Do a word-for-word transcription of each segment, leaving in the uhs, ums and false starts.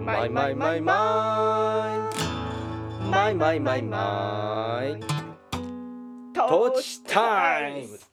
マイマイマイマイマイマイマイマイトーチタイム。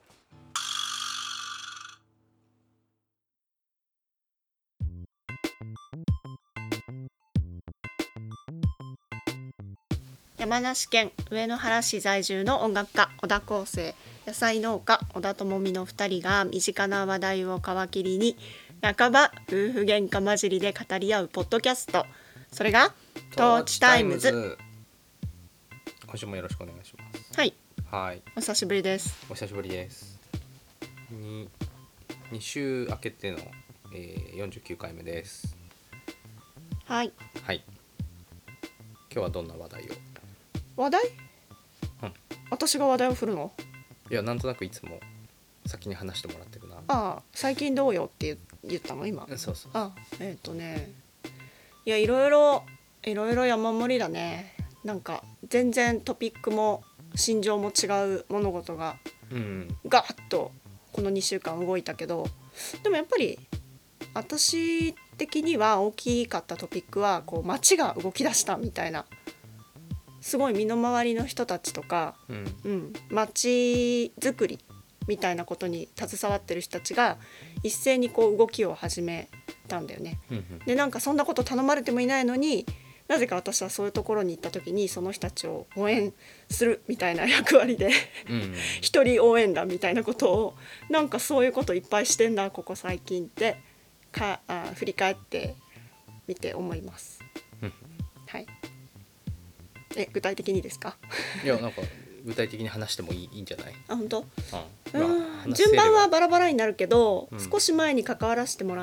山梨県上野原市在住の音楽家小田康生、野菜農家小田智美のふたりが身近な話題を皮切りに半ば夫婦喧嘩混じりで語り合うポッドキャスト、それがトーチタイムズ。 今週もよろしくお願いします。 はい、 はい、 お久しぶりです。 お久しぶりです。にに週明けての、えー、よんじゅうきゅうかいめです。 はい、 はい、今日はどんな話題を？ 話題、 うん、 私が話題を振るの？ いや、なんとなくいつも先に話してもらってるな。 ああ、最近どうよって言ったの今？ そうそうそう。 あ、えっとね、いや、いろいろいろいろ山盛りだね。なんか全然トピックも心情も違う物事がガーッとこのにしゅうかん動いたけど、でもやっぱり私的には大きかったトピックはこう街が動き出したみたいな、すごい身の回りの人たちとか、うんうん、街づくりみたいなことに携わってる人たちが一斉にこう動きを始めたんだよね、うんうん、でなんかそんなこと頼まれてもいないのに、なぜか私はそういうところに行った時にその人たちを応援するみたいな役割で一人応援団みたいなことを、なんかそういうこといっぱいしてんだここ最近ってかあ振り返ってみて思います、うん、はい。え、具体的にですか？ いや、なんか具体的に話してもいい、いいんじゃない？ あ、本当？ うん、 うん、順番はバラバラになるけど、 うん、 少し前に関わらせてもらった、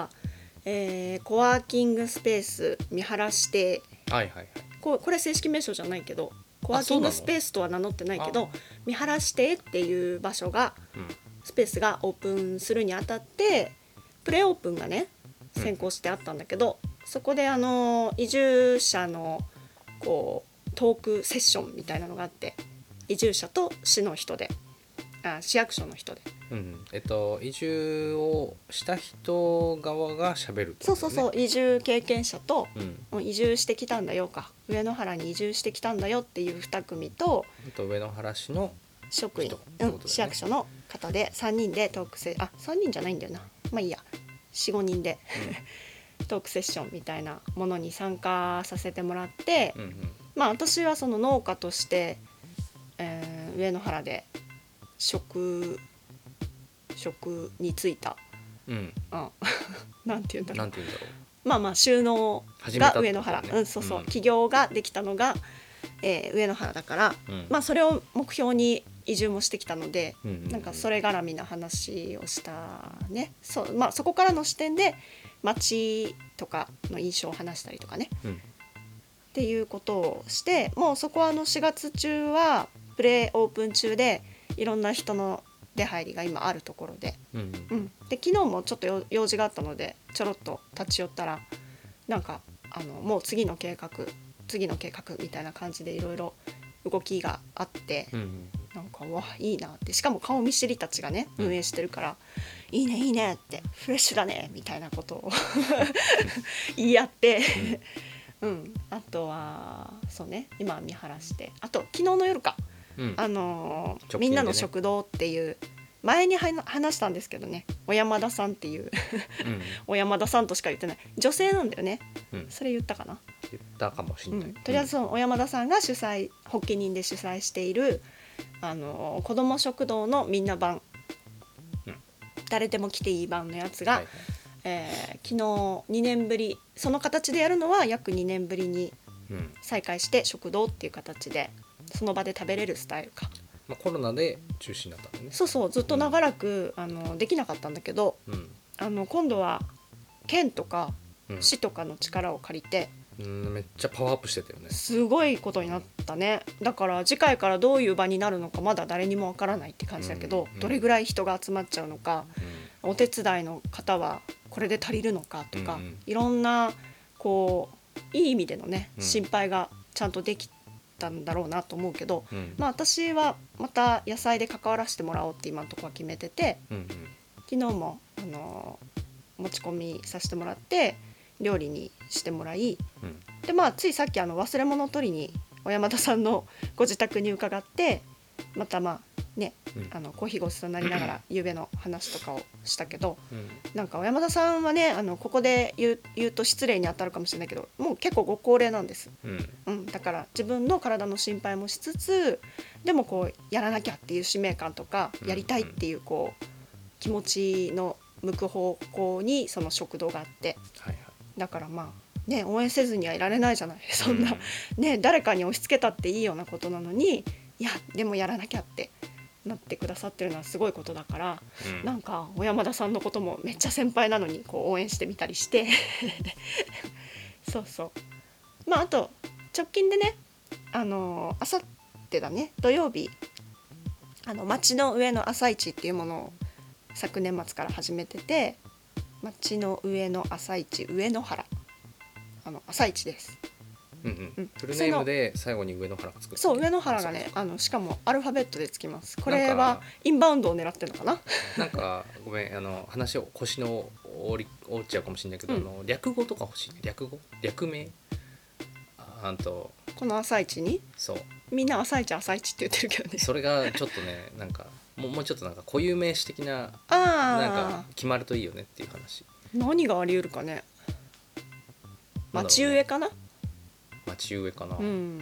えー、コワーキングスペース三原市邸、 はいはいはい、 こ, これ正式名称じゃないけど、コワーキングスペースとは名乗ってないけど、三原市邸っていう場所が、うん、スペースがオープンするにあたってプレオープンがね先行してあったんだけど、うん、そこであの移住者のこうトークセッションみたいなのがあって、移住者と市の人で、あ、市役所の人で、 うん、えっと移住をした人側が喋るってことね。 そうそうそう、移住経験者と、うん、移住してきたんだよか、上野原に移住してきたんだよっていうに組と、 あと上野原市の職員、ね、うん、市役所の方でさんにんでトークセ、あ、さんにんじゃないんだよな、まあいいや、 よん,ご 人で、うん、トークセッションみたいなものに参加させてもらって、うんうん、まあ私はその農家として、えー、上野原で食食に就いた、うん、あなんていうんだろう、 なんていうんだろう、 まあまあ収納が上野原、ね、うん、そうそう、うん、起業ができたのが、えー、上野原だから、うん、まあそれを目標に移住もしてきたので、うんうんうん、なんかそれ絡みな話をしたね。そう、まあそこからの視点で街とかの印象を話したりとかね、うん、っていうことをして、もうそこはあのしがつ中はプレオープン中でいろんな人の出入りが今あるところで、うんうん、で昨日もちょっと用事があったのでちょろっと立ち寄ったら、なんかあのもう次の計画次の計画みたいな感じでいろいろ動きがあって、うんうん、なんかわいいなって、しかも顔見知りたちがね運営してるから、うん、いいねいいねってフレッシュだねみたいなことを言い合って、うんうん、あとはそうね、今見晴らして、あと昨日の夜か、うん、あのーね、みんなの食堂っていう前に話したんですけどね、小山田さんっていう、うん、小山田さんとしか言ってない女性なんだよね、うん、それ言ったかな、 言ったかもしれない、うん、 とりあえずその小山田さんが主催、発起人で主催しているあのー、子ども食堂のみんな版、うん、誰でも来ていい版のやつが、はいはい、えー、昨日にねんぶり、その形でやるのは約にねんぶりに再開して食堂っていう形でその場で食べれるスタイルか、 まあ、コロナで中止になったんだね。 そうそう、ずっと長らく、うん、あのできなかったんだけど、うん、あの今度は県とか市とかの力を借りて、 うん、めっちゃパワーアップしてたよね。 すごいことになったね。だから次回からどういう場になるのかまだ誰にもわからないって感じだけど、うん、どれぐらい人が集まっちゃうのか、うん、お手伝いの方はこれで足りるのかとか、うん、いろんなこういい意味でのね、うん、心配がちゃんとできたんだろうなと思うけど、うん、まあ私はまた野菜で関わらせてもらおうって今のところは決めてて、うんうん、昨日もあの持ち込みさせてもらって料理にしてもらい、 うん、 でまあついさっきあの忘れ物を取りに小山田さんのご自宅に伺って、またまあね、うん、あのコーヒーごちそうになりながら夕べの話とかをしたけど、うん、なんか小山田さんはね、あのここで言う、言うと失礼に当たるかもしれないけど、もう結構ご高齢なんです、うんうん、だから自分の体の心配もしつつ、でもこうやらなきゃっていう使命感とか、やりたいっていうこう気持ちの向く方向にその食堂があって、はいはい、だからまあね、応援せずにはいられないじゃない、そんな、うんね、誰かに押し付けたっていいようなことなのに、いやでもやらなきゃってなってくださってるのはすごいことだから、うん、なんか小山田さんのこともめっちゃ先輩なのにこう応援してみたりしてそうそう、まああと直近でね、あのあさってだね、土曜日、あの町の上の朝市っていうものを昨年末から始めてて、町の上の朝市上野原、あの朝市です。 うんうんうん、フルネームで最後に上野原がつく、ね、 そう上野原がね、あのしかもアルファベットでつきます。これはインバウンドを狙ってるのかな。 なんかごめん、あの話を腰の折り折っちゃうかもしれないけど、うん、あの略語とか欲しい、略語略名、あんとこの朝市にそうみんな朝市朝市って言ってるけどね。 それがちょっとね、なんかもうもうちょっとなんか固有名詞的な、なんか決まるといいよねっていう話。 何があり得るかね。町上かな、 町上かな、 うん、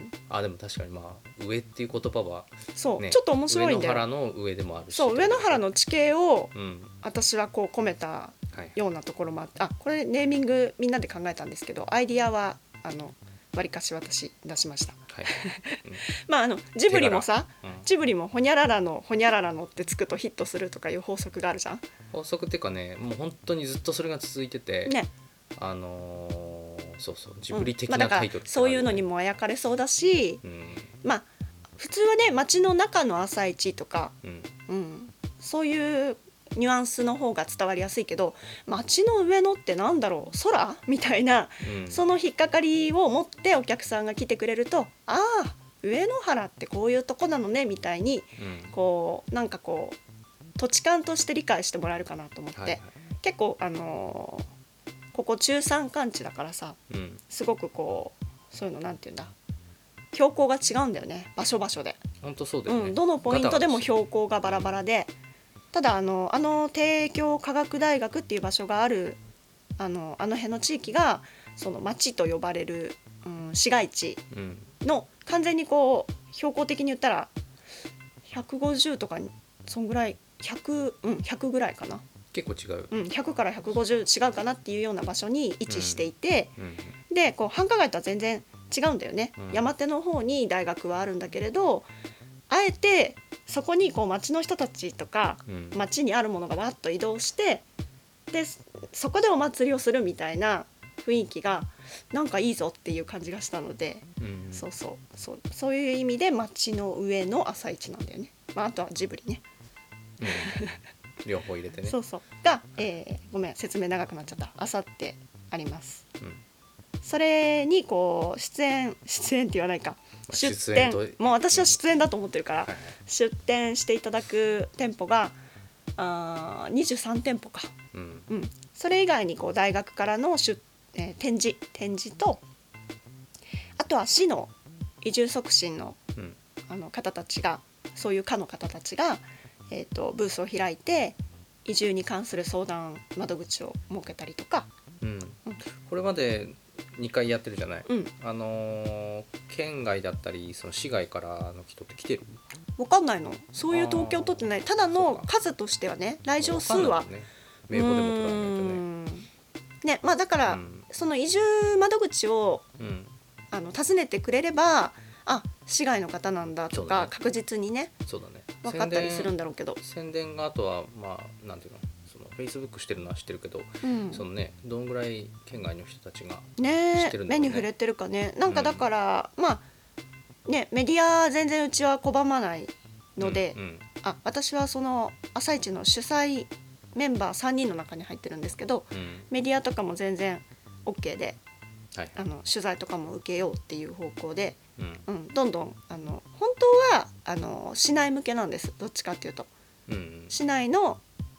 あでも確かにまあ上っていう言葉は、ね、 そうちょっと面白いんだよ。 上野原の上でもあるし、 そう上野原の地形を私はこう込めたようなところもあって、はい、あこれネーミングみんなで考えたんですけど、アイディアはあのわりかし私出しました、はいうん、まああのジブリもさ、うん、ジブリもホニャララのホニャララのってつくとヒットするとかいう法則があるじゃん。 法則っていうかね、もう本当にずっとそれが続いてて、ね、あのーそうそうジブリ的なタイトル、ね、うんまあ、だからそういうのにもあやかれそうだし、うん、まあ普通はね街の中の朝市とか、うんうん、そういうニュアンスの方が伝わりやすいけど、街の上のってなんだろう空みたいな、うん、その引っかかりを持ってお客さんが来てくれると、ああ上野原ってこういうとこなのねみたいに、うん、こうなんかこう土地勘として理解してもらえるかなと思って、はいはい、結構あのーここ中山間地だからさ、うん、すごくこうそういうのなんていうんだ、標高が違うんだよね、場所場所で。 本当そうだよね、 うん、どのポイントでも標高がバラバラで、ただあのあの帝京科学大学っていう場所があるあのあの辺の地域がその町と呼ばれる、うん、市街地の完全にこう標高的に言ったらひゃくごじゅうとかそんぐらいひゃく、うん、ひゃくぐらいかな、 結構違う、 うん、ひゃくからひゃくごじゅう違うかなっていうような場所に位置していて、うんうん、でこう繁華街とは全然違うんだよね、うん、山手の方に大学はあるんだけれど、あえてそこにこう町の人たちとか、うん、町にあるものがわっと移動して、でそこでお祭りをするみたいな雰囲気がなんかいいぞっていう感じがしたので、うん、そうそうそうそういう意味で町の上の朝市なんだよね、まあ、あとはジブリね、 うん両方入れてね。 そうそうが、えー、ごめん説明長くなっちゃった。あさってあります、うん、それにこう出演出演って言わないか、出店、もう私は出演だと思ってるから、うん、出店していただく店舗があにじゅうさん店舗か、うんうん、それ以外にこう大学からの出、えー、展示展示と、あとは市の移住促進の、うん、あの方たちが、そういう課の方たちがえー、とブースを開いて移住に関する相談窓口を設けたりとか、 うんうん、これまでにかいやってるじゃない、うん、あのー、県外だったりその市外からの人って来てる？ 分かんないの、そういう統計を取ってない。ただの数としてはね、来場数は、ね、 名簿でも取らないとね、 ね、まあ、だから、うん、その移住窓口を、うん、あの訪ねてくれれば、あ市外の方なんだとか、ね、確実にね、 そうだね分かったりするんだろうけど、 宣伝があとはまあなんていうの、その Facebook してるのは知ってるけど、うん、そのねどんぐらい県外の人たちが知ってるんだろうね、 目に触れてるかね、なんかだから、うん、まあねメディア全然うちは拒まないので、うんうん、あ私はその朝市の主催メンバーさんにんの中に入ってるんですけど、うん、メディアとかも全然 OK で、はい、あの取材とかも受けようっていう方向で、うんうん、どんどんあの本当はあの市内向けなんです、どっちかっていうと、うんうん、市内の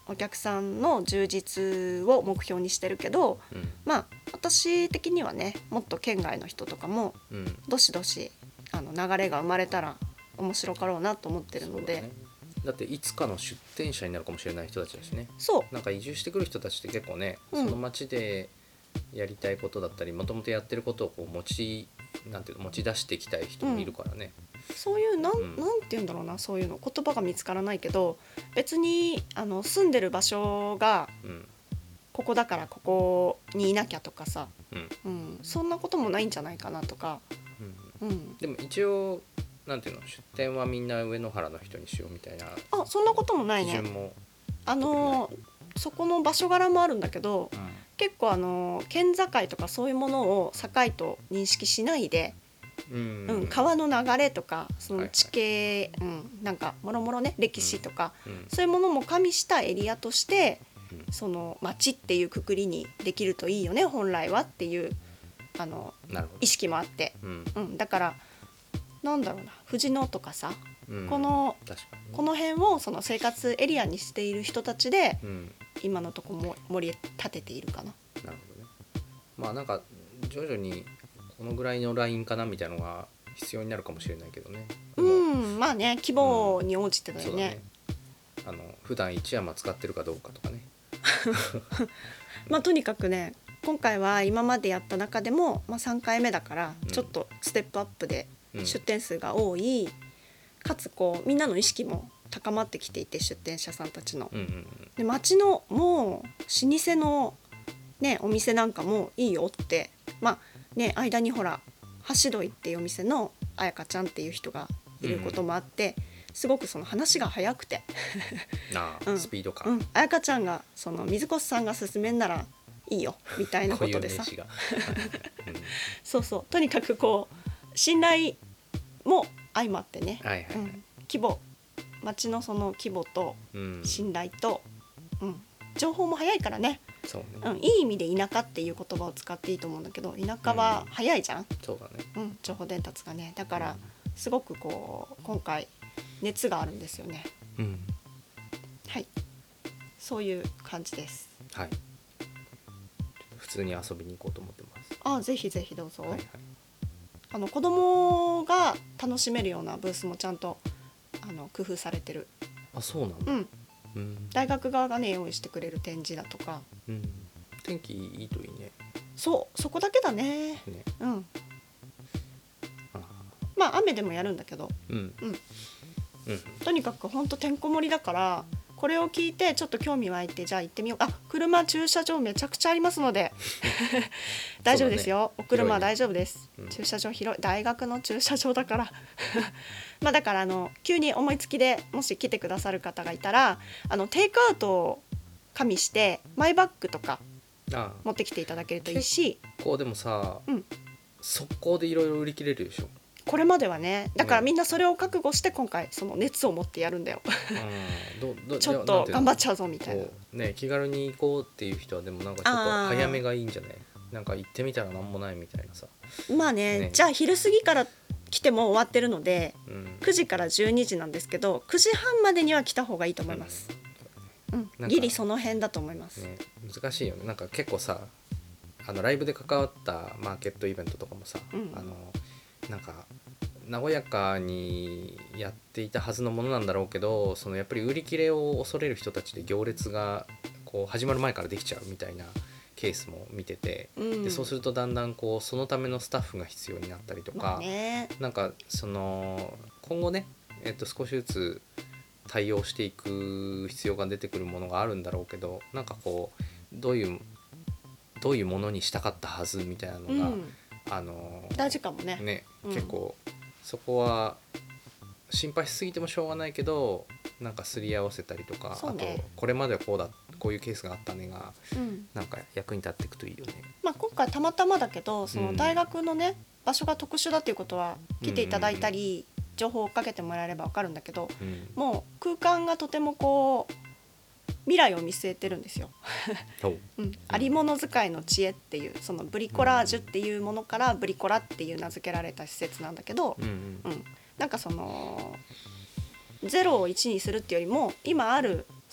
お客さんの充実を目標にしてるけど、 うん、 まあ私的にはねもっと県外の人とかも、 うん、 どしどしあの流れが生まれたら面白かろうなと思ってるので、 だね、だっていつかの出店者になるかもしれない人たちですね。 そうなんか移住してくる人たちって結構ね、 うん、 その町でやりたいことだったりもともとやってることをこう持ちなんていうの持ち出していきたい人もいるからね、 うん、そういうなん、 うん、 なんて言うんだろうな、そういうの言葉が見つからないけど、別にあの住んでる場所がここだからここにいなきゃとかさ、うんうん、そんなこともないんじゃないかなとか、うんうん、 でも一応なんていうの出店はみんな上野原の人にしようみたいな、 あそんなこともないね。 基準もあのそこの場所柄もあるんだけど、うん、結構あの県境とかそういうものを境と認識しないで、うんうん、川の流れとかその地形、はいはい、うん、なんかもろもろね歴史とか、うんうん、そういうものも加味したエリアとして、うん、その町っていうくくりにできるといいよね本来はっていうあの意識もあって、うんうん、だからなんだろうな藤野とかさ、うん、このこの辺をその生活エリアにしている人たちで、うん、今のとこも盛り立てているかな。 なるほどね。まあなんか徐々にこのぐらいのラインかなみたいなのが必要になるかもしれないけどね。 うんまあね規模に応じてだよね。うん、そうだね。 あの普段一山使ってるかどうかとかね。 まあとにかくね今回は今までやった中でも、まあ、さんかいめだからちょっとステップアップで出店数が多い、うん、かつこうみんなの意識も高まってきていて出店者さんたちの、うんうんうん、で町のもう老舗の、ね、お店なんかもいいよってまあね間にほら橋戸井っていうお店の彩香ちゃんっていう人がいることもあって、うん、すごくその話が早くてあ、うん、スピード感、 うん、彩香ちゃんがその水越さんが勧めんならいいよみたいなことでさうん、そうそうとにかくこう信頼も相まってね、はいはいはい、うん、規模町のその規模と信頼と、うんうん、情報も早いからね、そうね、うん、いい意味で田舎っていう言葉を使っていいと思うんだけど田舎は早いじゃん、うん、 そうだね、 うん、情報伝達がねだからすごくこう今回熱があるんですよね、うん、はいそういう感じです。 はい普通に遊びに行こうと思ってます。 あぜひぜひどうぞ、はいはい、あの子供が楽しめるようなブースもちゃんとあの工夫されてる。 あそうなんだ、 うんうん、大学側がね用意してくれる展示だとか、 うん、天気いいといいね。 そうそこだけだ ね, ね、うん、あまあ雨でもやるんだけど、うんうんうん、とにかくほんとてんこ盛りだからこれを聞いてちょっと興味湧いてじゃあ行ってみよう。あ車駐車場めちゃくちゃありますので大丈夫ですよ、ね、お車は大丈夫です、ねうん、駐車場広い大学の駐車場だからまあだからあの急に思いつきでもし来てくださる方がいたらあのテイクアウトを加味してマイバッグとか持ってきていただけるといいし結構でもさ、うん、速攻でいろいろ売り切れるでしょこれまではねだからみんなそれを覚悟して今回その熱を持ってやるんだよどどちょっと頑張っちゃうぞみたいな、 ね、気軽に行こうっていう人はでもなんかちょっと早めがいいんじゃないなんか行ってみたらなんもないみたいなさまあ ね, ねじゃあ昼過ぎから来ても終わってるので、うん、くじからじゅうにじなんですけどくじはんまでには来た方がいいと思います、うんうん、ギリその辺だと思います、 ね、難しいよねなんか結構さあのライブで関わったマーケットイベントとかもさ、うん、あのなんか和やかにやっていたはずのものなんだろうけどそのやっぱり売り切れを恐れる人たちで行列がこう始まる前からできちゃうみたいなケースも見てて、うん、でそうするとだんだんこうそのためのスタッフが必要になったりとか、まあね、なんかその今後ね、えっと、少しずつ対応していく必要が出てくるものがあるんだろうけどなんかこうどういうどういうものにしたかったはずみたいなのが、うん、あの大事かもね、 ね、結構、うんそこは心配しすぎてもしょうがないけどなんかすり合わせたりとか、ね、あとこれまではこうだこういうケースがあったねが、うん、なんか役に立っていくといいよね、 まあ、今回たまたまだけどその大学のね、うん、場所が特殊だということは来ていただいたり、うんうんうん、情報を追っかけてもらえれば分かるんだけど、うん、もう空間がとてもこう未来を見据えてるんですよ、うん、ありものづかいの知恵っていうそのブリコラージュっていうものからブリコラっていう名付けられた施設なんだけど、うんうんうん、なんかそのゼロをいちにするっていうよりも今ある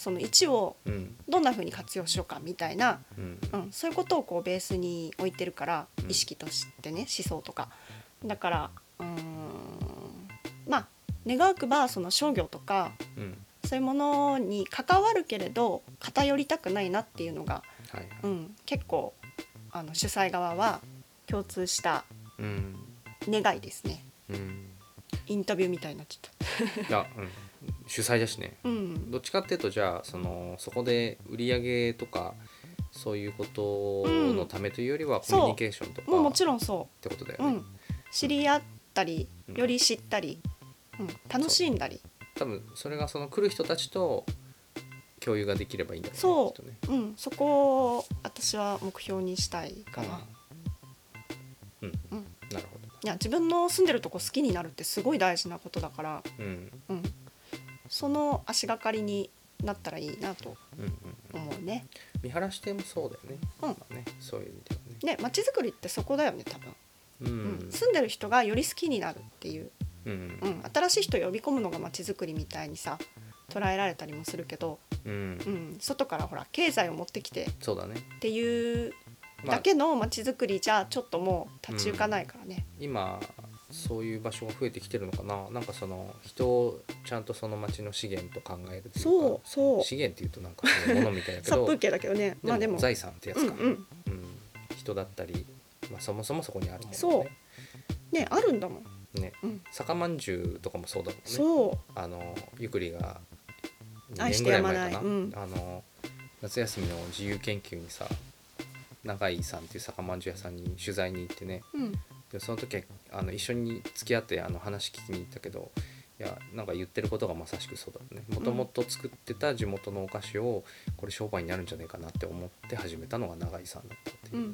そのいちをどんな風に活用しようかみたいな、 うんうん、そういうことをこうベースに置いてるから、 うん意識としてね、思想とかだから、うーんまあ願わくばその商業とかうんそういうものに関わるけれど偏りたくないなっていうのが、 はいはいうん、結構あの主催側は共通したうん願いですね。 うんインタビューみたいになっちゃっいや、うん、主催だしね、 た。うん、 どっちかっていうとじゃあそのそこで売り上げとかそういうことのためというよりはコミュニケーションとかもうもちろんそってことだよう、うね、 ん、知り合ったりうんより知ったり、うん、楽しんだり、 多分それがその来る人たちと共有ができればいいんだろうね、 そうきっとね。 うん、そこを私は目標にしたいかな、 うん、うんうん、 なるほど。 いや自分の住んでるとこ好きになるってすごい大事なことだから、 うんうん、その足がかりになったらいいなとうんうん、 思うね。 見晴らし亭もそうだよね、 うんまあね、そういう意味ではね。 ね、街づくりってそこだよね多分、 うんうん住んでる人がより好きになるっていう、 うんうん、新しい人を呼び込むのが街づくりみたいにさ捉えられたりもするけど、 うんうん、外からほら経済を持ってきてそうだね。 っていうまあだけの街づくりじゃちょっともう立ち行かないからね、 今そういう場所が増えてきてるのかな。なんかその人をちゃんとその町の資源と考えるというか、 そうそう資源っていうとなんかそのものみたいだけど殺風景だけどね、まあでもでも財産ってやつか、 うんうんうん人だったり、まあ、そもそもそこにあるものそうねあるんだもん、 ね、 うん、 酒まんじゅうとかもそうだもんね。 そうあのゆくりが2 愛し年ぐらいてやまない、 前かな、 うん、 あの夏休みの自由研究にさ永井さんっていう酒まんじゅう屋さんに取材に行ってね、 うんでその時はあの一緒に付き合ってあの話聞きに行ったけど、いやなんか言ってることがまさしくそうだね。もともと作ってた地元のお菓子をこれ商売になるんじゃないかなって思って始めたのが永井さんだったっていうね、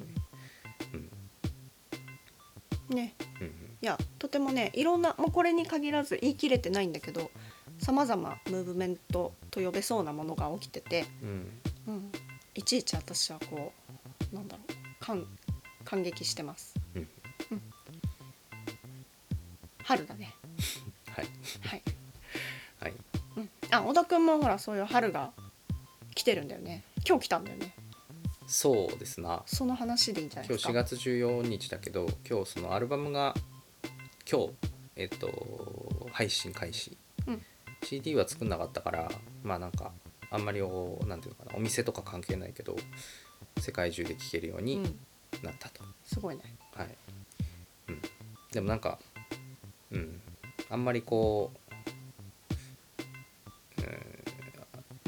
うんねうんいやとてもねいろんなもうこれに限らず言い切れてないんだけどさまざまムーブメントと呼べそうなものが起きてて、 うんうん、いちいち私はこうなんだろう感感激してます、 うんうん、春だねはいはい、 はいうん、あ小田くんもほらそういう春が来てるんだよね。今日来たんだよね。 そうですな。 その話でいいんじゃないですか。 今日しがつじゅうよっかだけど、今日そのアルバムが今日えっと配信開始、 うん、 シーディー は作んなかったからまあなんかあんまりおなんていうのかなお店とか関係ないけど世界中で聴けるようになったと、 うん、すごいね。 はい、うん、でもなんかうんあんまりこう、うん、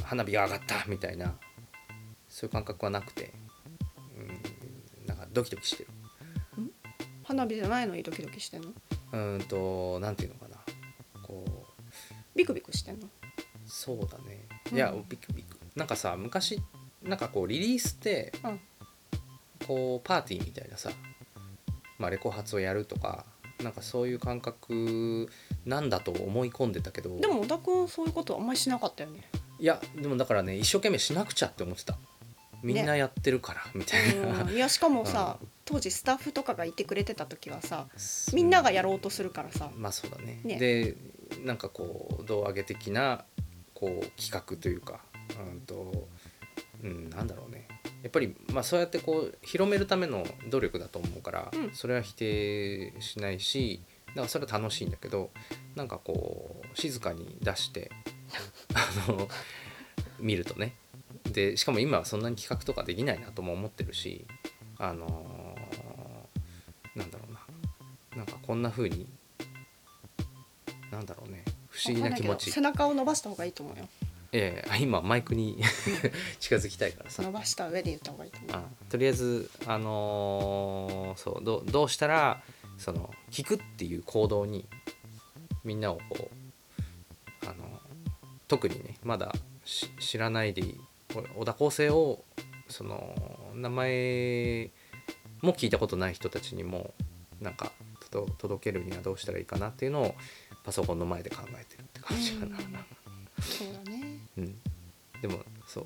花火が上がったみたいなそういう感覚はなくて、うん、なんかドキドキしてる。 花火じゃないのにドキドキしてんの？ うーんとなんていうのかなこうビクビクしてんの？ そうだね。いや、うん、ビクビクなんかさ昔なんかこうリリースって、うん、こうパーティーみたいなさ、まあ、レコ発をやるとかなんかそういう感覚なんだと思い込んでたけど、 でも小田君そういうことあんまりしなかったよね。 いやでもだからね一生懸命しなくちゃって思ってた。みんなやってるから、ね、みたいな、 うん、いやしかもさ、うん、当時スタッフとかがいてくれてた時はさみんながやろうとするからさ、 まあそうだ ね, ねでなんかこう胴上げ的なこう企画というか、うんとうん、なんだろうねやっぱり、まあ、そうやってこう広めるための努力だと思うから、うん、それは否定しないしだからそれは楽しいんだけどなんかこう静かに出してあの見るとねでしかも今はそんなに企画とかできないなとも思ってるしあのー、なんだろうななんかこんな風になんだろうね不思議な気持ち背中を伸ばした方がいいと思うよ。 ええ今マイクに近づきたいからさ伸ばした上で言った方がいいと思う。 あとりあえずあのー、そう ど, どうしたらその聞くっていう行動にみんなをこうあの特にねまだ知らないで小田康生をその名前も聞いたことない人たちにもなんか届けるにはどうしたらいいかなっていうのをパソコンの前で考えてるって感じかな。 そうだね、 うん、でもそう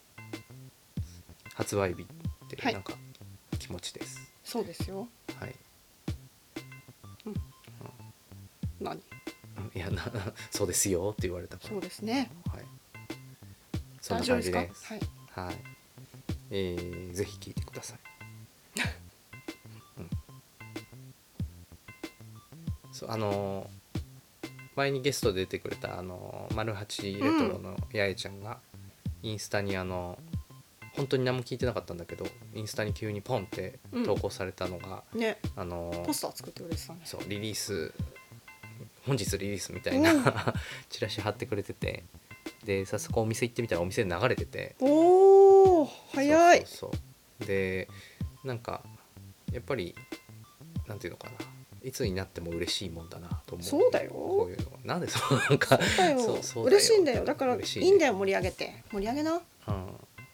発売日ってなんか気持ちです、 はい、そうですよ。 はい、 うんうん、何いやなそうですよって言われたからそうですね、 はい、 そんな感じです。 はい、 はい、えー、ぜひ聞いてください。うん、そうあの前にゲストで出てくれたあのマルハチレトロの八重ちゃんがインスタにあの本当に何も聞いてなかったんだけどインスタに急にポンって投稿されたのが、 うんね、 あのポスター作ってくれてたね。 そうリリース本日リリースみたいな、うん、チラシ貼ってくれてて、で早速お店行ってみたらお店で流れてて、 おー早い。 そうそうそうでなんかやっぱりなんていうのかないつになっても嬉しいもんだなと思う。 そうだよ。 こういうのなんでそうなんかそうだよ。そうそうだよ嬉しいんだよ。だからいいんだよ、盛り上げて盛り上げな。うん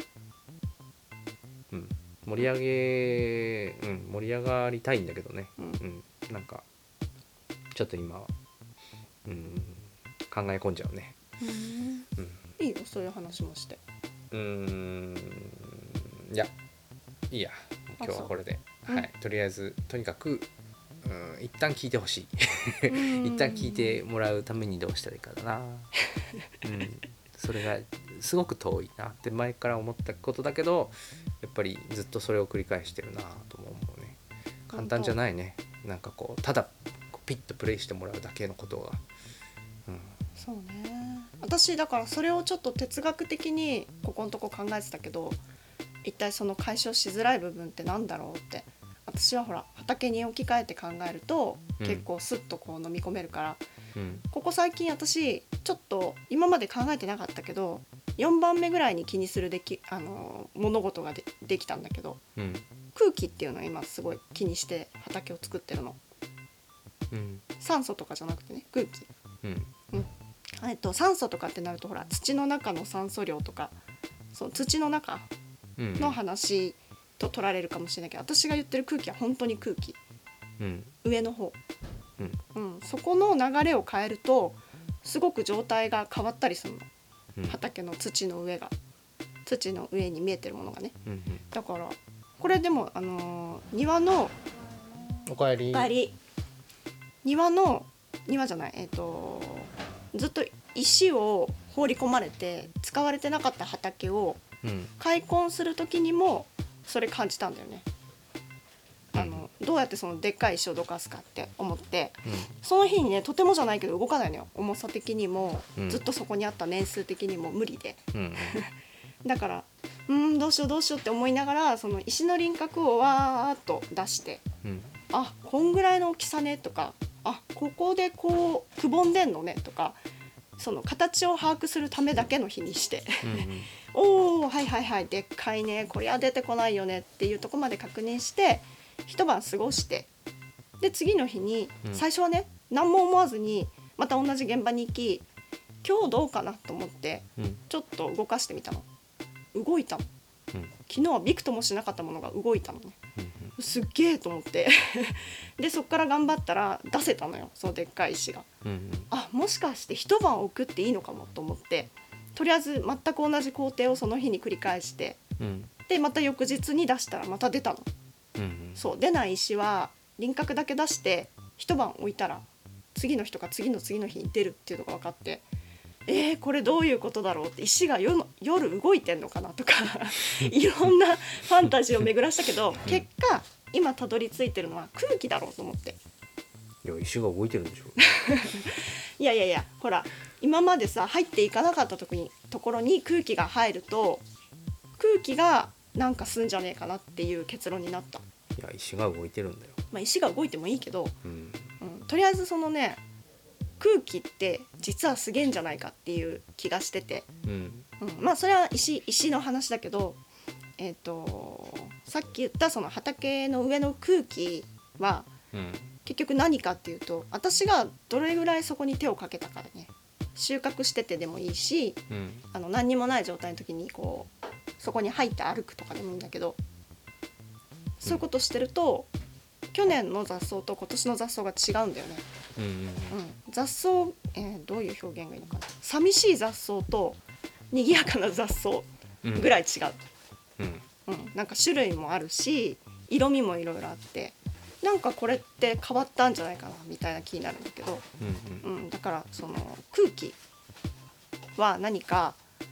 うん、盛り上げ、うん、盛り上がりたいんだけどね、 うんうん、なんかちょっと今、うん、考え込んじゃうね。 うん、うん、いいよそういう話もして。 うーんいやいいや今日はこれで、はい、とりあえずとにかく、うん、一旦聞いてほしい一旦聞いてもらうためにどうしたらいいかだな、うん、それがすごく遠いなって前から思ったことだけどやっぱりずっとそれを繰り返してるなとも思うね。簡単じゃないね。なんかこうただピッとプレイしてもらうだけのことが、 うん、そうね。私だからそれをちょっと哲学的にここのとこ考えてたけど一体その解消しづらい部分ってなんだろうって私はほら畑に置き換えて考えると、うん、結構スッとこう飲み込めるから、うん、ここ最近私ちょっと今まで考えてなかったけどよんばんめぐらいに気にするできあの物事が で, できたんだけど、うん、空気っていうのを今すごい気にして畑を作ってるの、うん、酸素とかじゃなくてね空気、うんうんえっと、酸素とかってなるとほら土の中の酸素量とかその土の中の話と取られるかもしれないけど、私が言ってる空気は本当に空気、うん、上の方、うんうん、そこの流れを変えるとすごく状態が変わったりするの、うん、畑の土の上が土の上に見えてるものがね、うんうん、だからこれでも、あのー、庭のおかえりおかえり庭の庭じゃないえっとずっと石を放り込まれて使われてなかった畑を開墾する時にもそれ感じたんだよね、うん、あのどうやってそのでっかい石をどかすかって思って、うん、その日にねとてもじゃないけど動かないのよ。重さ的にも、うん、ずっとそこにあった年数的にも無理で、うん、だからうんどうしようどうしようって思いながらその石の輪郭をわーっと出して、うん、あこんぐらいの大きさねとかあここでこうくぼんでんのねとかその形を把握するためだけの日にして、うんうん、おーはいはいはいでっかいねこりゃ出てこないよねっていうところまで確認して一晩過ごしてで次の日に最初はね、うん、何も思わずにまた同じ現場に行き今日どうかなと思ってちょっと動かしてみたの。動いたの、うん、昨日はびくともしなかったものが動いたのね、うんうん、すっげーと思ってでそっから頑張ったら出せたのよそのでっかい石が、うんうん、あもしかして一晩置くっていいのかもと思ってとりあえず全く同じ工程をその日に繰り返して、うん、でまた翌日に出したらまた出たの、うんうん、そう出ない石は輪郭だけ出して一晩置いたら次の日とか次の次の日に出るっていうのが分かってえー、これどういうことだろうって石が 夜, 夜動いてんのかなとかいろんなファンタジーを巡らしたけど、うん、結果今たどり着いてるのは空気だろうと思って。 いや石が動いてるんでしょいやいやいやほら今までさ入っていかなかったとこにところに空気が入ると空気がなんかすんじゃねえかなっていう結論になった。いや石が動いてるんだよ、 まあ、石が動いてもいいけど、うんうん、とりあえずそのね空気って実はすげえんじゃないかっていう気がしてて、うんうん、まあそれは 石, 石の話だけど、えーと、さっき言ったその畑の上の空気は、うん、結局何かっていうと私がどれぐらいそこに手をかけたかでね収穫しててでもいいし、うん、あの何にもない状態の時にこうそこに入って歩くとかでもいいんだけどそういうことしてると、うん、去年の雑草と今年の雑草が違うんだよね。うんうんうん、雑草、えー、どういう表現がいいのかな寂しい雑草と賑やかな雑草ぐらい違う、うんうん、なんか種類もあるし色味もいろいろあってなんかこれって変わったんじゃないかなみたいな気になるんだけど、うんうんうん、だからその空気は何か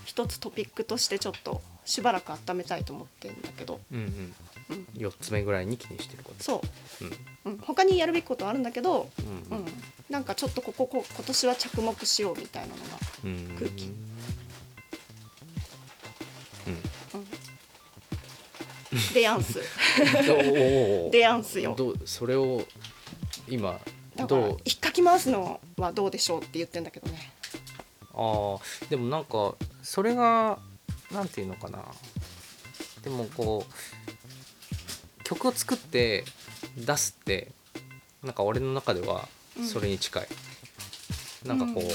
一つトピックとしてちょっとしばらく温めたいと思ってるんだけど、 うんうんうん、よっつめぐらいに気にしてること。 そう、うんうん、他にやるべきことはあるんだけど、うんうん、なんかちょっとこここ今年は着目しようみたいなのが空気。うんうん、でやんすでやんすよ。 どそれを今だから引っかき回すのはどうでしょうって言ってんだけどね。 あでもなんかそれがなんていうのかな、でもこう曲を作って出すってなんか俺の中ではそれに近い、うん、なんかこう、うん、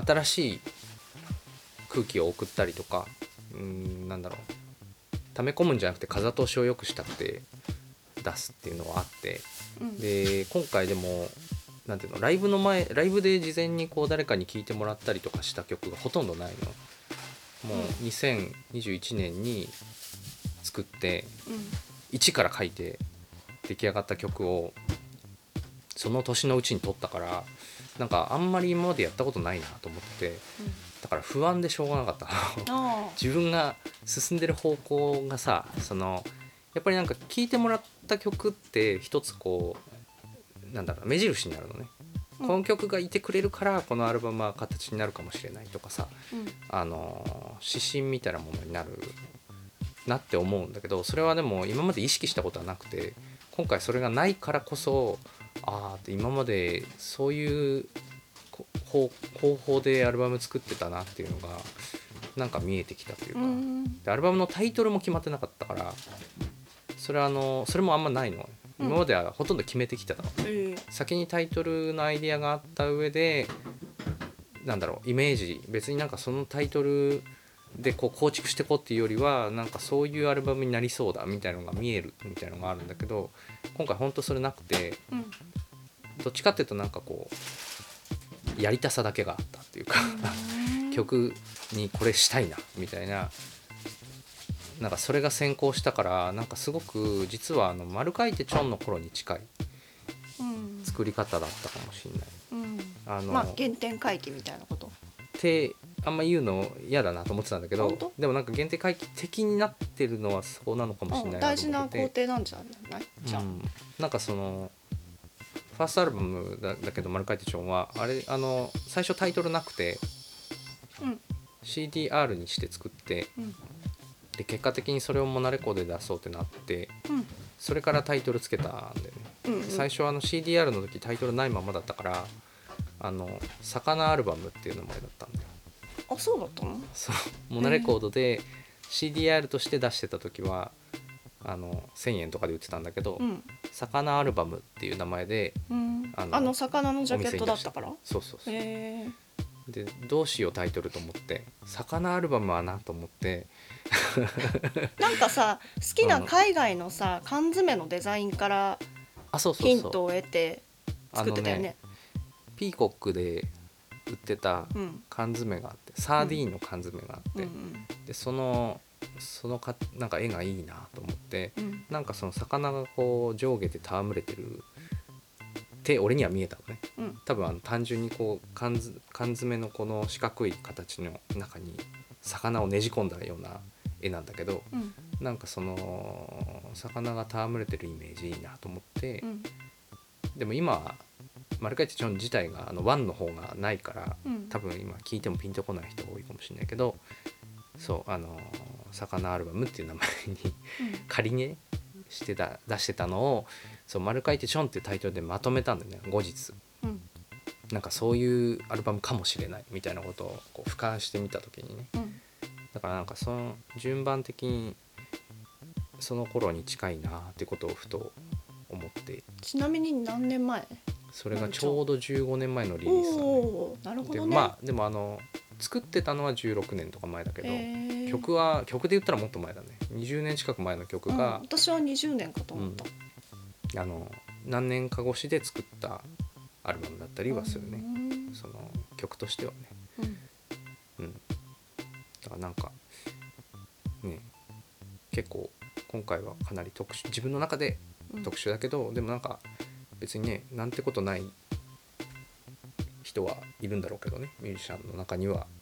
新しい空気を送ったりとか、うーんなんだろう、溜め込むんじゃなくて風通しを良くしたくて出すっていうのはあって、うん、で今回でもなんていうの、ライブの前ライブで事前にこう誰かに聴いてもらったりとかした曲がほとんどないの。もうにせんにじゅういちねんに作って、うん、一から書いて出来上がった曲をその年のうちに撮ったから、なんかあんまり今までやったことないなと思って、うん、だから不安でしょうがなかった自分が進んでる方向がさ、そのやっぱりなんか聴いてもらった曲って一つこうなんだろう目印になるのね、うん、この曲がいてくれるからこのアルバムは形になるかもしれないとかさ、うん、あの指針みたいなものになるなって思うんだけど、それはでも今まで意識したことはなくて、今回それがないからこそ、ああ今までそういう方法でアルバム作ってたなっていうのがなんか見えてきたというか、うん、でアルバムのタイトルも決まってなかったから、それはあのそれもあんまないの。今まではほとんど決めてきてたの、うん、先にタイトルのアイディアがあった上でなんだろうイメージ、別になんかそのタイトルでこう構築していこうっていうよりはなんかそういうアルバムになりそうだみたいなのが見えるみたいなのがあるんだけど、今回ほんとそれなくて、うん、どっちかっていうとなんかこうやりたさだけがあったっていうか曲にこれしたいなみたいな、なんかそれが先行したから、なんかすごく実はあの丸書いてチョンの頃に近い作り方だったかもしれない、 うん、あのまあ原点回帰みたいなことってあんま言うの嫌だなと思ってたんだけど、でもなんか原点回帰的になってるのはそうなのかもしれないなと思ってて、 大事な工程なんじゃないじゃあ、うん、 なんかそのファーストアルバム だ, だけど丸書いてチョンはあれあの最初タイトルなくて、うん、シーディーアール にして作って、うん、で結果的にそれをモナレコで出そうってなって、うん、それからタイトルつけたんだよね、うんうん、最初あの シーディーアール の時タイトルないままだったから、あの魚アルバムっていう名前だったんだよ。 あ、そうだったの？ そう、モナレコードで シーディーアール として出してた時はあのせんえんとかで売ってたんだけど、うん、魚アルバムっていう名前で、 うん、あの、あの魚のジャケットだったから。 そうそうそう。へー。でどうしようタイトルと思って魚アルバムはなと思ってなんかさ好きな海外のさ缶詰のデザインからヒントを得て作ってたよね。ねピーコックで売ってた缶詰があって、うん、サーディーンの缶詰があって、うん、でそのそのかなんか絵がいいなと思って、うん、なんかその魚がこう上下で戯れてるって俺には見えたのね、うん、多分あの単純にこう 缶, 缶詰のこの四角い形の中に魚をねじ込んだような絵なんだけど、うん、なんかその魚が戯れてるイメージいいなと思って、うん、でも今丸書いてチョン自体があのワンの方がないから、うん、多分今聞いてもピンとこない人多いかもしれないけど、そうあの魚アルバムっていう名前に仮にしてた出してたのをそう丸書いてチョンっていうタイトルでまとめたんだよね後日、うん、なんかそういうアルバムかもしれないみたいなことをこう俯瞰してみた時にね、うん、だからなんかその順番的にその頃に近いなってことをふと思って。 ちなみに何年前？ それがちょうどじゅうごねんまえのリリースだね。 なるほどね。 でまあでもあの作ってたのはじゅうろくねんとか前だけど、曲は曲で言ったらもっと前だね。にじゅうねん近く前の曲が、うん、 私はにじゅうねんかと思った、 うん、あの何年か越しで作ったアルバムだったりはするね、その曲としてはね、うん、うん、だからなんかね結構今回はかなり特殊、自分の中で特殊だけど、うん、でもなんか別にねなんてことない人はいるんだろうけどね、ミュージシャンの中には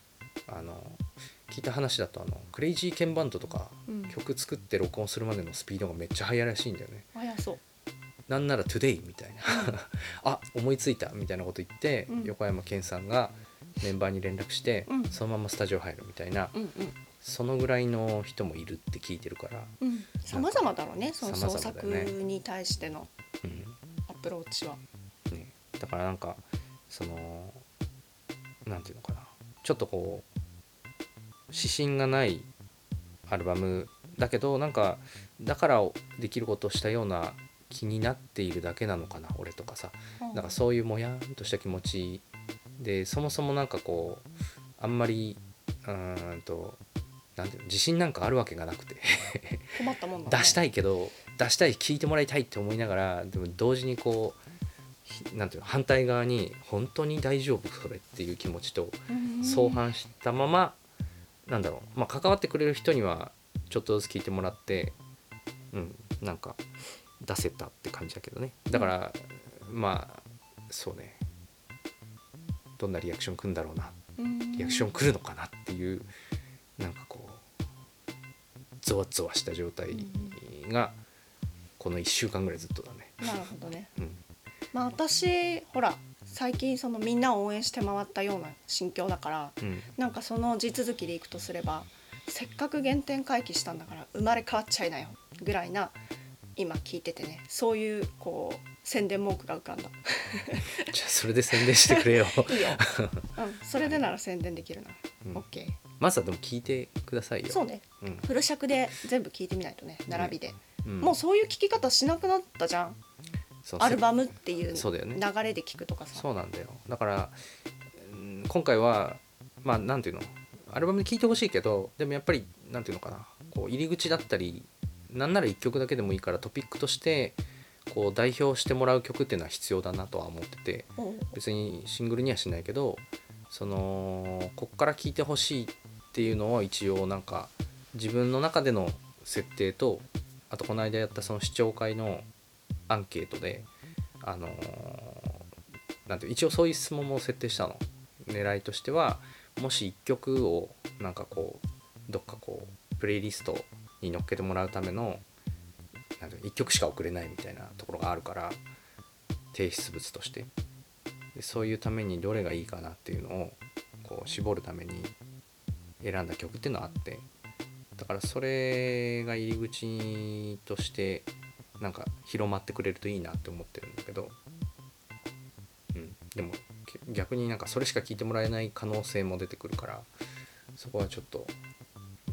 あの聞いた話だとあのクレイジーケンバンドとか、 うん、 曲作って録音するまでのスピードがめっちゃ速いらしいんだよね。 速そう。 なんなら Today みたいなあ思いついたみたいなこと言って、うん、横山健さんがメンバーに連絡して、うん、そのままスタジオ入るみたいな、うんうん、そのぐらいの人もいるって聞いてるから、 さまざまだろうね、その創作に対してのアプローチは、 うんね、だからなんかそのなんていうのかな、ちょっとこう指針がないアルバムだけど、なんかだからできることをしたような気になっているだけなのかな俺とかさ、なんかそういうもやんとした気持ちで、そもそもなんかこうあんまりうーんとなんていうの、自信なんかあるわけがなくて困ったもんだね、 出したいけど出したい、聞いてもらいたいって思いながら、でも同時にこうなんていうの、反対側に本当に大丈夫それっていう気持ちと相反したまま、なんだろう、まあ関わってくれる人にはちょっとずつ聞いてもらって、うんなんか出せたって感じだけどね。だから、うん、まあそうね、どんなリアクション来るんだろうな、リアクション来るのかなっていう、なんかこうゾワゾワした状態がこのいっしゅうかんぐらいずっとだね。 なるほどね、うん、まあ私ほら最近そのみんなを応援して回ったような心境だから、うん、なんかその地続きでいくとすれば、せっかく原点回帰したんだから生まれ変わっちゃいなよぐらいな、今聞いててね、そういうこう宣伝文句が浮かんだじゃあそれで宣伝してくれよいいよ、うん、それでなら宣伝できるな、うん、OK。 まずはでも聞いてくださいよ。 そうね、うん、フル尺で全部聞いてみないとね、並びで、うん、もうそういう聞き方しなくなったじゃん、アルバムっていう流れで聞くとかさ。 そうなんだよ。だから今回はまあなんていうの、アルバムで聴いてほしいけど、でもやっぱりなんていうのかな、こう入り口だったり、なんならいっきょくだけでもいいからトピックとしてこう代表してもらう曲っていうのは必要だなとは思ってて、別にシングルにはしないけど、そのこっから聴いてほしいっていうのを一応なんか自分の中での設定と、あとこの間やったその視聴会のアンケートであのなんて一応そういう質問も設定したの。狙いとしては、もしいっきょくをなんかこうどっかこうプレイリストに乗っけてもらうための、なんていっきょくしか送れないみたいなところがあるから、提出物としてで、そういうためにどれがいいかなっていうのをこう絞るために選んだ曲っていうのはあって、だからそれが入り口としてなんか広まってくれるといいなって思ってるんだけど、うん、でも逆になんかそれしか聞いてもらえない可能性も出てくるから、そこはちょっと、うん、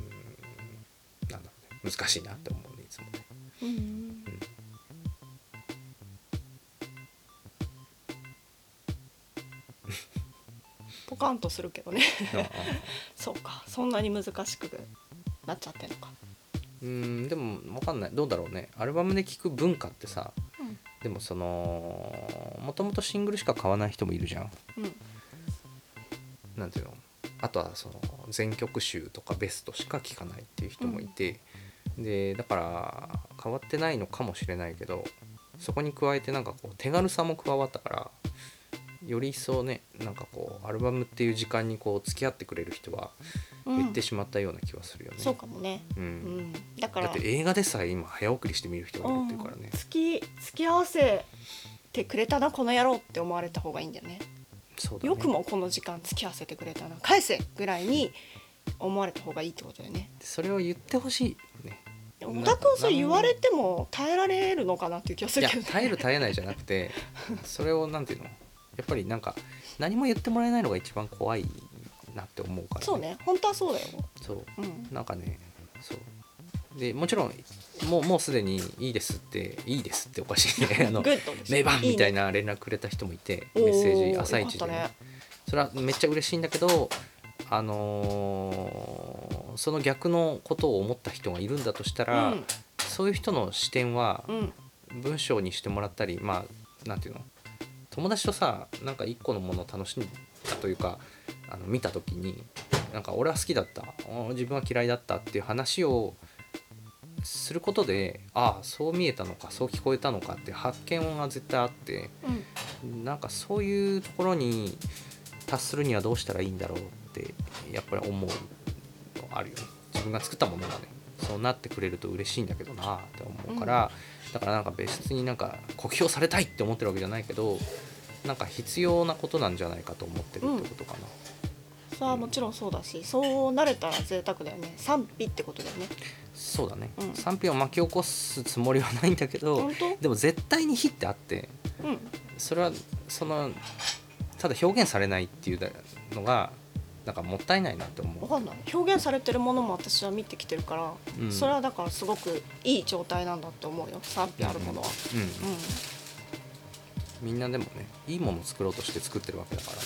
なんだろうね、難しいなって思うね、いつもね。うん、うん、 ポカンとするけどねそうか、そんなに難しくなっちゃってんのか。 うーん、でも分かんない、どうだろうね。アルバムで聴く文化ってさ、うん、でもそのもともとシングルしか買わない人もいるじゃん、うん、なんていうの、あとはその全曲集とかベストしか聴かないっていう人もいて、うん、でだから変わってないのかもしれないけど、そこに加えてなんかこう手軽さも加わったから、より一層ね、なんかこうアルバムっていう時間にこう付き合ってくれる人は減ってしまったような気はするよね、 うん、そうかもね、うんうん、だからだって映画でさえ今早送りして見る人がいるっていうからね、 うん、付き付き合わせてくれたなこの野郎って思われた方がいいんだよね。 そうだね、 よくもこの時間付き合わせてくれたな、返せぐらいに思われた方がいいってことだよね。 それを言ってほしいね。 小田君それ言われても耐えられるのかなっていう気がするけど、ね、 いや耐える耐えないじゃなくてそれをなんていうの、やっぱりなんか何も言ってもらえないのが一番怖いなって思うから、ね、 そうね、本当はそうだよ。 そう、うん、なんかね、そうでもちろんもうもうすでにいいですっていいですっておかしいねあの名盤みたいな連絡くれた人もいて、いいね、メッセージ朝一で、ね、それはめっちゃ嬉しいんだけど、あのー、その逆のことを思った人がいるんだとしたら、うん、そういう人の視点は文章にしてもらったり、まあなんていうの、友達とさ、なんか一個のものを楽しんだというか、あの見た時になんか俺は好きだった、自分は嫌いだったっていう話をすることで、ああそう見えたのかそう聞こえたのかって発見が絶対あって、うん、なんかそういうところに達するにはどうしたらいいんだろうっってやっぱり思うのあるよね。自分が作ったものがねそうなってくれると嬉しいんだけどなって思うから、うん、だからなんか別になんか酷評されたいって思ってるわけじゃないけどなんか必要なことなんじゃないかと思ってるってことかな、 うん、さあもちろんそうだしそうなれたら贅沢だよね。賛否ってことだよね。 そうだね、 うん、 賛否を巻き起こすつもりはないんだけどでも絶対に非ってあって、 うん、それはそのただ表現されないっていうのがなんかもったいないなって思う。 分かんない。表現されてるものも私は見てきてるから、うん、それはだからすごくいい状態なんだって思うよ。賛否あるものは、 うんうんうん、みんなでもねいいものを作ろうとして作ってるわけだからね。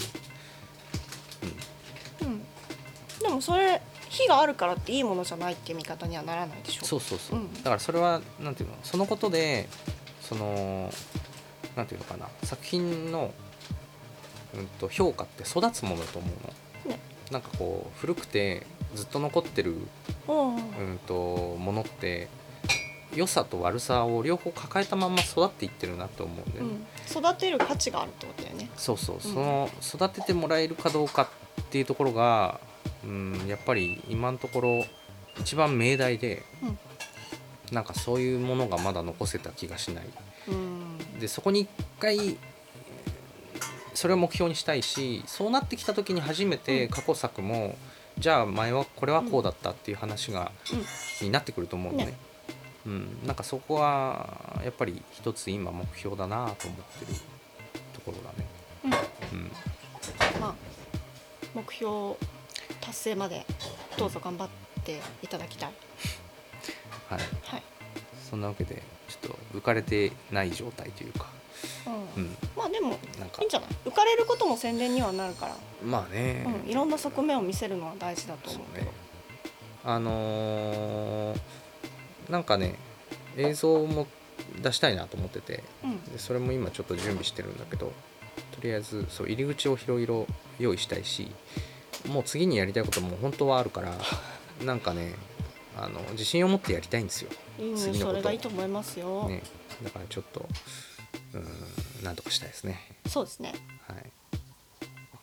うん、うん、でもそれ火があるからっていいものじゃないっていう見方にはならないでしょ。 そうそうそう、 うん、 だからそれはなんていうのそのことでそのなんていうのかな作品の、うん、と評価って育つものだと思うの、ね、なんかこう古くてずっと残ってる、うんうん、とものって良さと悪さを両方抱えたまま育っていってるなと思うんで、ね、 うん、育てる価値があるってことだよね。 そうそう、うん、その育ててもらえるかどうかっていうところが、うん、やっぱり今のところ一番命題で、うん、なんかそういうものがまだ残せた気がしない、うん、でそこに一回それを目標にしたいしそうなってきた時に初めて過去作も、うん、じゃあ前はこれはこうだったっていう話が、うん、になってくると思うのね、ねうん、なんかそこはやっぱり一つ今目標だなと思ってるところだね、うんうん、 まあ目標達成までどうぞ頑張っていただきたい、 はい、 はい、 そんなわけでちょっと浮かれてない状態というか、 うんうん、まあでもいいんじゃない。浮かれることも宣伝にはなるからまあね、 うん、いろんな側面を見せるのは大事だと思うけど、ね、 あのー、なんかね映像も出したいなと思ってて、うん、でそれも今ちょっと準備してるんだけどとりあえずそう入り口をいろいろ用意したいしもう次にやりたいことも本当はあるからなんかねあの自信を持ってやりたいんですよ。 いいね、次のことそれがいいと思いますよ、 ね、だからちょっとうんなんとかしたいですね。 そうですね、 はい、うん、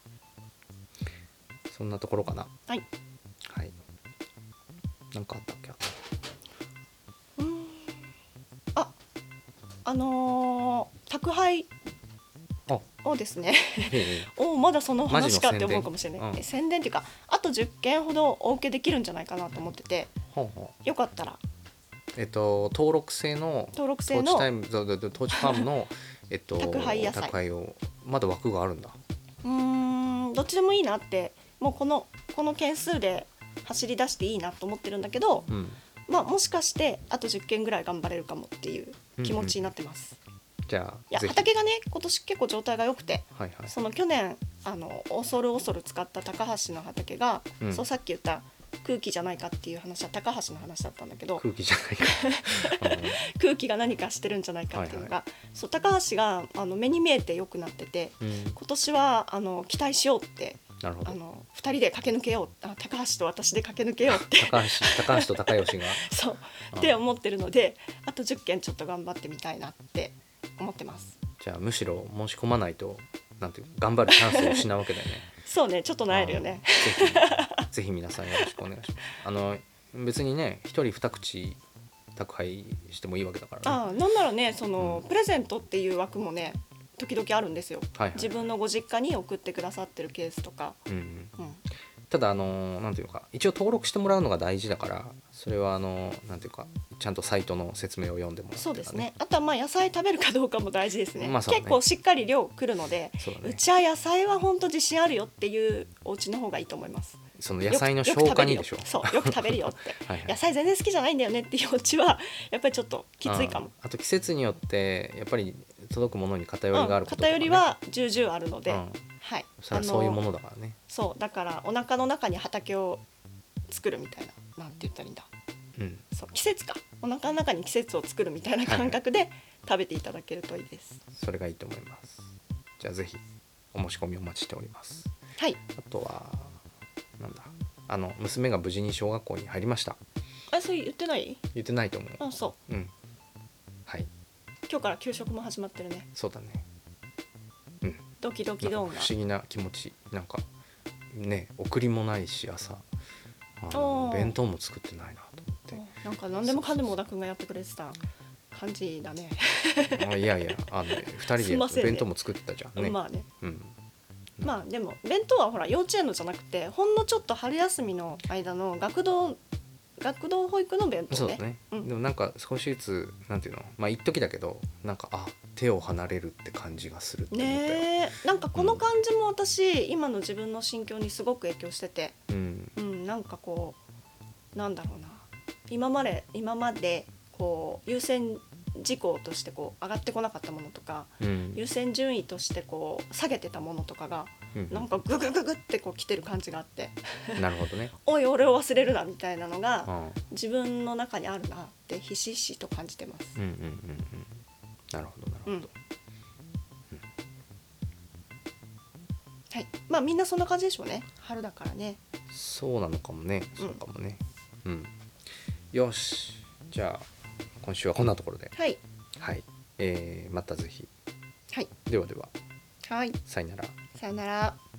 そんなところかな。 はい、 はい、なんかあったっけ。 うん、ああのー、宅配をですねおまだその話かって思うかもしれない、うん、宣伝っていうかあとじゅっけんほどお受けできるんじゃないかなと思ってて、ほうほうよかったらえっと登録制の登録制のトーチタイムトーチファームのえっと宅配野菜宅配をまだ枠があるんだ。 うーんどっちでもいいなってもうこのこの件数で走り出していいなと思ってるんだけど、うん、まあもしかしてあとじゅっけんぐらい頑張れるかもっていう気持ちになってます、うんうん、 じゃあいや畑がね今年結構状態が良くて、 はいはい、 その去年あの恐る恐る使った高橋の畑が、うん、そうさっき言った空気じゃないかっていう話は高橋の話だったんだけど空気じゃないか空気が何かしてるんじゃないかっていうのが、はいはい、そう高橋があの目に見えて良くなってて、うん、今年はあの期待しようってなるほどあのふたりで駆け抜けようあ高橋と私で駆け抜けようって高橋高橋と高吉がそうって思ってるのであとじゅっけんちょっと頑張ってみたいなって思ってます。 じゃあむしろ申し込まないとなんていう頑張るチャンスを失うわけだよねそうねちょっと萎えるよねぜひぜひ皆さんよろしくお願いします。あの別にね一人二口宅配してもいいわけだから、ね、 あなんならねその、うん、プレゼントっていう枠もね時々あるんですよ、はいはい、自分のご実家に送ってくださってるケースとか、うんうんうん、ただあのなんていうか一応登録してもらうのが大事だからそれはあのなんていうかちゃんとサイトの説明を読んでもらって、ね、 そうですね。あとはまあ野菜食べるかどうかも大事ですね、まあそうね、結構しっかり量来るので う,、ね、うちは野菜は本当自信あるよっていうお家の方がいいと思います。 その野菜の消化にでしょ。 そうよく食べるよってはい、はい、野菜全然好きじゃないんだよねっていうお家はやっぱりちょっときついかも。 あ, あと季節によってやっぱり届くものに偏りがあることとか、ね、 偏りは重々あるので、うん、はい、 それはそういうものだからね。 そうだからお腹の中に畑を作るみたいななんて言ったらいいんだ、うん、そう季節かお腹の中に季節を作るみたいな感覚で食べていただけるといいです、 はい、それがいいと思います。じゃあぜひお申し込みお待ちしております。 はい。 あとはなんだあの娘が無事に小学校に入りました。 あそれ言ってない？ 言ってないと思う。 あそう、 うん、はい。 今日から給食も始まってるね。 そうだね、うん、 ドキドキドンが不思議な気持ちなんかね贈りもないし朝あの弁当も作ってないなと思って、 なんか何でもかんでも小田くんがやってくれてた感じだねあいやいやあのふたりでやって弁当も作ってたじゃんね。 まあね、 うん、 まあでも弁当はほら幼稚園のじゃなくてほんのちょっと春休みの間の学童学童保育の弁当ね。 そうだね、うん、でもなんか少しずつなんていうのまあ一時だけどなんかあ手を離れるって感じがするって思ったよね。なんかこの感じも私、うん、今の自分の心境にすごく影響してて、 うんうん、なんかこうなんだろうな今まで今までこう優先事項としてこう上がってこなかったものとか、うん、優先順位としてこう下げてたものとかが、うん、なんかググググってこう来てる感じがあってなるほどねおい俺を忘れるなみたいなのが、うん、自分の中にあるなってひしひしと感じてます。 うんうんうんうん、なるほどなるほど、うんうん、 はいまあみんなそんな感じでしょうね春だからね。 そうなのかもねそうかもね、うん、うん、よしじゃあ今週はこんなところではい、 はいえー、またぜひ、 はい、 ではでは、 はい、 さよならさよなら。